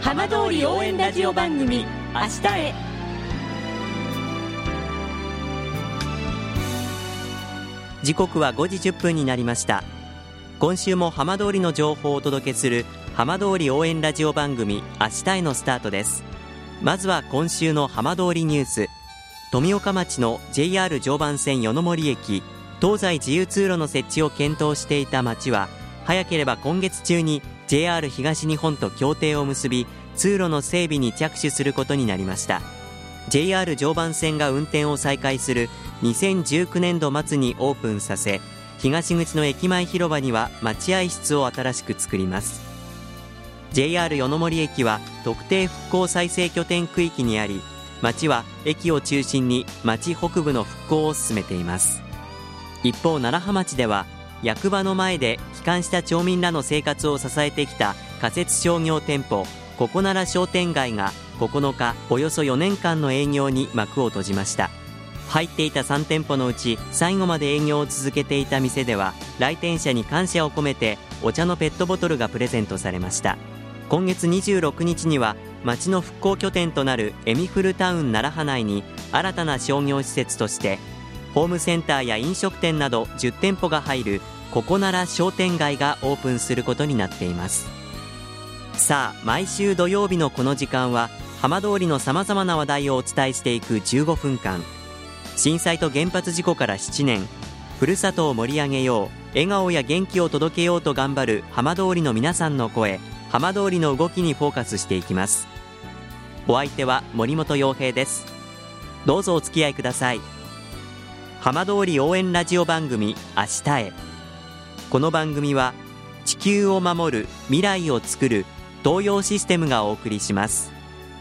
浜通り応援ラジオ番組明日へ。 時刻は5時10分になりました。今週も浜通りの情報をお届けする浜通り応援ラジオ番組明日へのスタートです。まずは今週の浜通りニュース。富岡町の JR 常磐線夜の森駅東西自由通路の設置を検討していた町は、早ければ今月中に JR 東日本と協定を結び、通路の整備に着手することになりました。 JR 常磐線が運転を再開する2019年度末にオープンさせ、東口の駅前広場には待合室を新しく作ります。 JR 夜の森駅は特定復興再生拠点区域にあり、町は駅を中心に町北部の復興を進めています。一方、楢葉町では役場の前で帰還した町民らの生活を支えてきた仮設商業店舗ここなら商店街が9日、およそ4年間の営業に幕を閉じました。入っていた3店舗のうち最後まで営業を続けていた店では、来店者に感謝を込めてお茶のペットボトルがプレゼントされました。今月26日には町の復興拠点となるエミフルタウン楢葉内に新たな商業施設としてホームセンターや飲食店など10店舗が入るここなら商店街がオープンすることになっています。さあ、毎週土曜日のこの時間は浜通りのさまざまな話題をお伝えしていく15分間。震災と原発事故から7年、ふるさとを盛り上げよう、笑顔や元気を届けようと頑張る浜通りの皆さんの声、浜通りの動きにフォーカスしていきます。お相手は森本洋平です。どうぞお付き合いください。浜通り応援ラジオ番組明日へ。この番組は地球を守る、未来をつくる東洋システムがお送りします。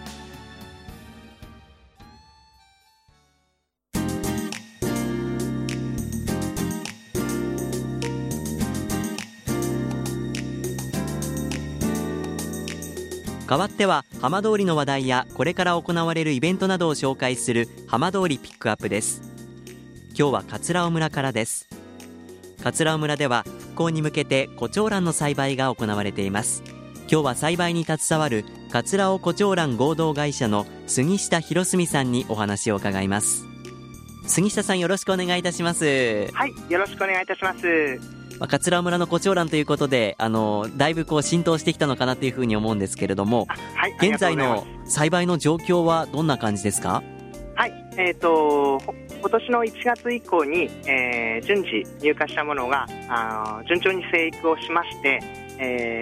代わっては浜通りの話題やこれから行われるイベントなどを紹介する浜通りピックアップです。今日は桂尾村からです。桂尾村では復興に向けてコチョウランの栽培が行われています。今日は栽培に携わる桂尾コチョウラン合同会社の杉下博澄さんにお話を伺います。杉下さん、よろしくお願いいたします。 はい、よろしくお願いいたします。 桂尾村のコチョウランということで、だいぶ浸透してきたのかなというふうに思うんですけれども、 はい、 現在の栽培の状況はどんな感じですか？ はい、今年の1月以降に、順次入荷したものが順調に生育をしまして、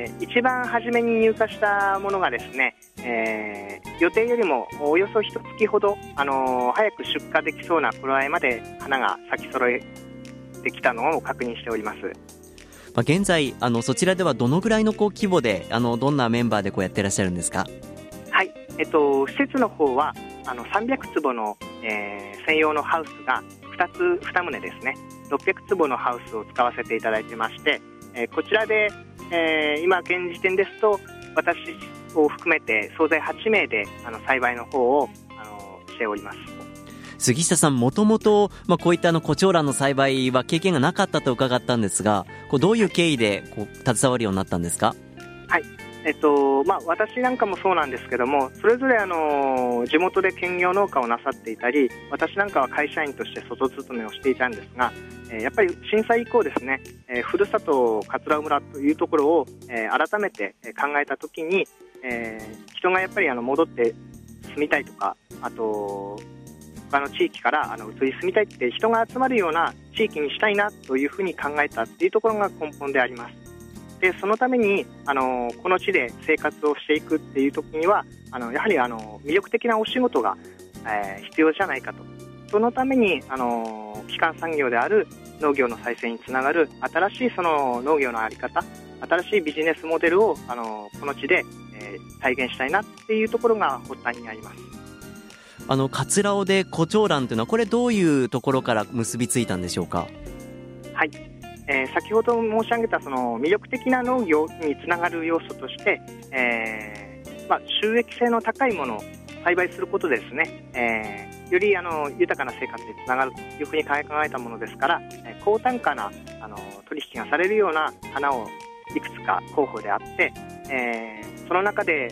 一番初めに入荷したものがですね、予定よりもおよそ1月ほど、早く出荷できそうな頃合いまで花が咲き揃えてきたのを確認しております。 現在そちらではどのぐらいの規模でどんなメンバーでやってらっしゃるんですか？ はい、施設の方は300坪の、専用のハウスが2棟ですね、600坪のハウスを使わせていただいてまして、こちらで、今現時点ですと私を含めて総勢8名で栽培の方をしております。 杉下さん、もともとこういったコチョウランの栽培は経験がなかったと伺ったんですが、どういう経緯で携わるようになったんですか？ はい、私なんかもそうなんですけども、それぞれ地元で兼業農家をなさっていたり、私なんかは会社員として外勤めをしていたんですが、やっぱり震災以降ですね、ふるさと桂尾村というところを、改めて考えたときに、人がやっぱり戻って住みたいとか、あと他の地域から移り住みたいって人が集まるような地域にしたいなというふうに考えたっていうところが根本であります。でそのためにこの地で生活をしていくっていう時にはやはり魅力的なお仕事が、必要じゃないかと。そのために基幹産業である農業の再生につながる新しいその農業の在り方、新しいビジネスモデルをこの地で、体現したいなっていうところが発端にあります。 桂尾でコチョウランというのはこれどういうところから結びついたんでしょうか？ はい、先ほど申し上げたその魅力的な農業につながる要素として、収益性の高いものを栽培することでですね、より豊かな生活につながるというふうに考えたものですから、高単価な取引がされるような花をいくつか候補であって、その中で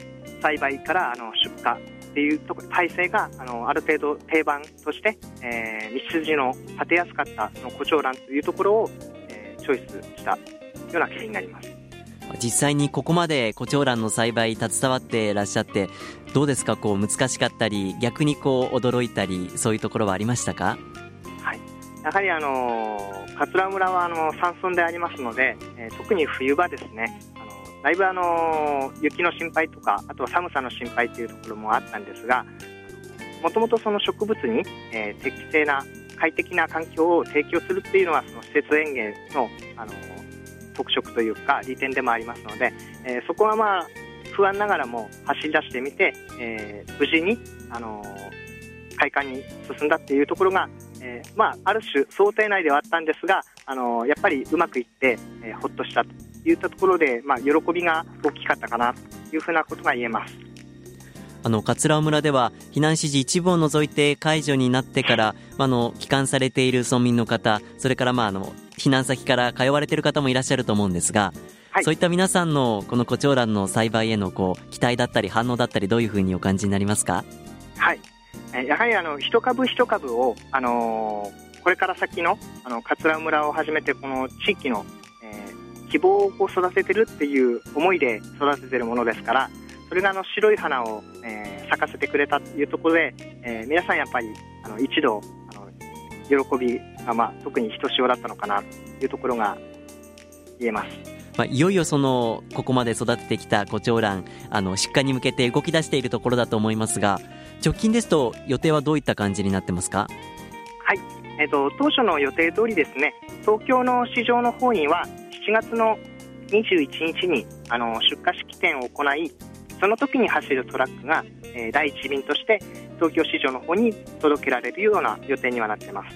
栽培から出荷っていう体制がある程度定番として、道筋の立てやすかったそのコチョウランというところを、チョイスしたような経緯になります。 実際にここまでコチョウランの栽培携わっていらっしゃってどうですか？難しかったり逆に驚いたりそういうところはありましたか？ はい、やはり桂村は山村でありますので、特に冬場ですね、だいぶ雪の心配とかあとは寒さの心配というところもあったんですが、もともとその植物に、適正な快適な環境を提供するっていうのはその施設園芸の、特色というか利点でもありますので、そこは不安ながらも走り出してみて、無事に開花に進んだっていうところが、ある種想定内ではあったんですが、やっぱりうまくいって、ほっとしたといったところで、喜びが大きかったかなというふうなことが言えます。 桂尾村では避難指示一部を除いて解除になってから帰還されている村民の方、それから避難先から通われている方もいらっしゃると思うんですが、はい、そういった皆さんのこのコチョウランの栽培への期待だったり反応だったりどういうふうにお感じになりますか？ はい、やはり一株一株を、これから先の桂尾村をはじめてこの地域の、希望を育ててるっていう思いで育ててるものですから、それが白い花を、咲かせてくれたというところで、皆さんやっぱり一度喜びが、特にひとしおだったのかなというところが言えます。 いよいよここまで育ててきたコチョウラン出荷に向けて動き出しているところだと思いますが、直近ですと予定はどういった感じになってますか？ はい、当初の予定通りですね、東京の市場の方には7月の21日に出荷式典を行い、その時に走るトラックが、第一便として東京市場の方に届けられるような予定にはなっています。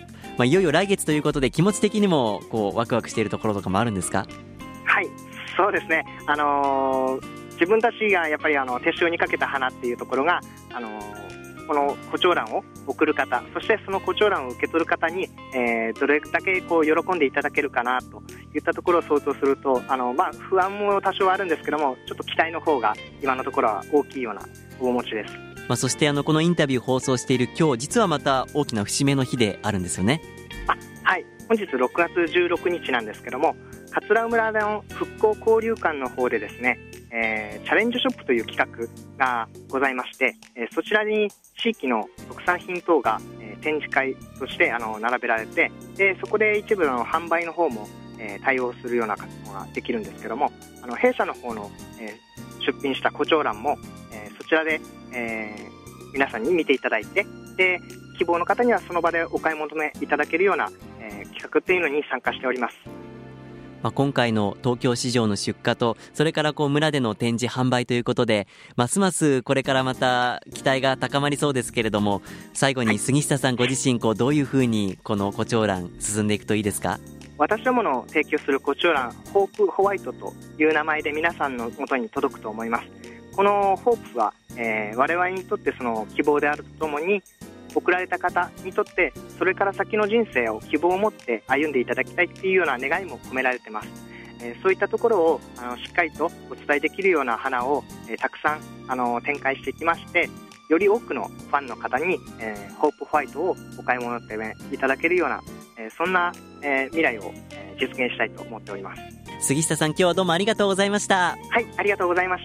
いよいよ来月ということで気持ち的にもワクワクしているところとかもあるんですか？ はい、そうですね、自分たちがやっぱり手塩にかけた花っていうところが、このコチョウランを送る方、そしてそのコチョウランを受け取る方に、どれだけ喜んでいただけるかなといったところを想像すると不安も多少あるんですけども、ちょっと期待の方が今のところは大きいような面持ちです。 そしてこのインタビュー放送している今日、実はまた大きな節目の日であるんですよね。 はい、本日6月16日なんですけども、桂尾村の復興交流館の方でですね、チャレンジショップという企画がございまして、そちらに地域の特産品等が、展示会として並べられて、でそこで一部の販売の方も、対応するようなことができるんですけども、弊社の方の、出品したコチョウランも、そちらで、皆さんに見ていただいて、で希望の方にはその場でお買い求めいただけるような、企画というのに参加しております。 今回の東京市場の出荷とそれから村での展示販売ということで、ますますこれからまた期待が高まりそうですけれども、最後に杉下さんご自身どういうふうにこのコチョウラン進んでいくといいですか？ 私どもの提供するコチョウラン、ホープホワイトという名前で皆さんの元に届くと思います。このホープは、我々にとってその希望であるとともに、送られた方にとってそれから先の人生を希望を持って歩んでいただきたいっていうような願いも込められています。そういったところをしっかりとお伝えできるような花を、たくさん展開していきまして、より多くのファンの方に、ホープホワイトをお買い物いただけるような、そんな、未来を、実現したいと思っております。 杉下さん、今日はどうもありがとうございました。 はい、ありがとうございました。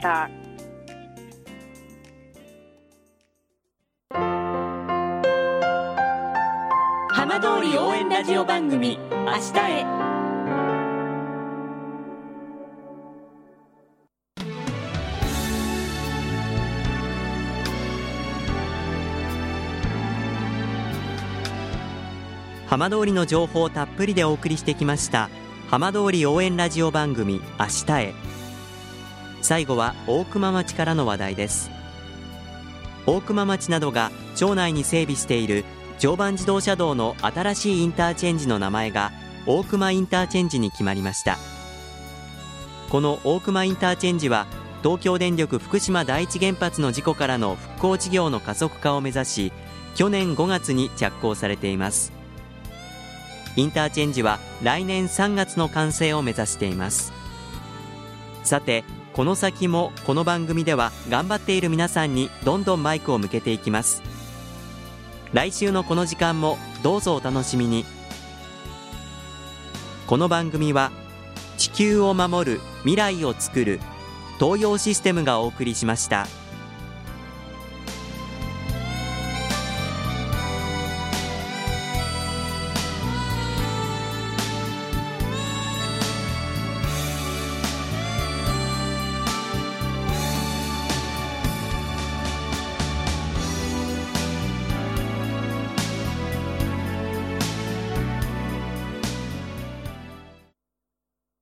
浜通り応援ラジオ番組明日へ。 浜通りの情報をたっぷりでお送りしてきました浜通り応援ラジオ番組明日へ。最後は大熊町からの話題です。大熊町などが町内に整備している常磐自動車道の新しいインターチェンジの名前が大熊インターチェンジに決まりました。この大熊インターチェンジは東京電力福島第一原発の事故からの復興事業の加速化を目指し、去年5月に着工されています。インターチェンジは来年3月の完成を目指しています。さて、 この先もこの番組では頑張っている皆さんにどんどんマイクを向けていきます。来週のこの時間もどうぞお楽しみに。この番組は地球を守る未来をつくる東洋システムがお送りしました。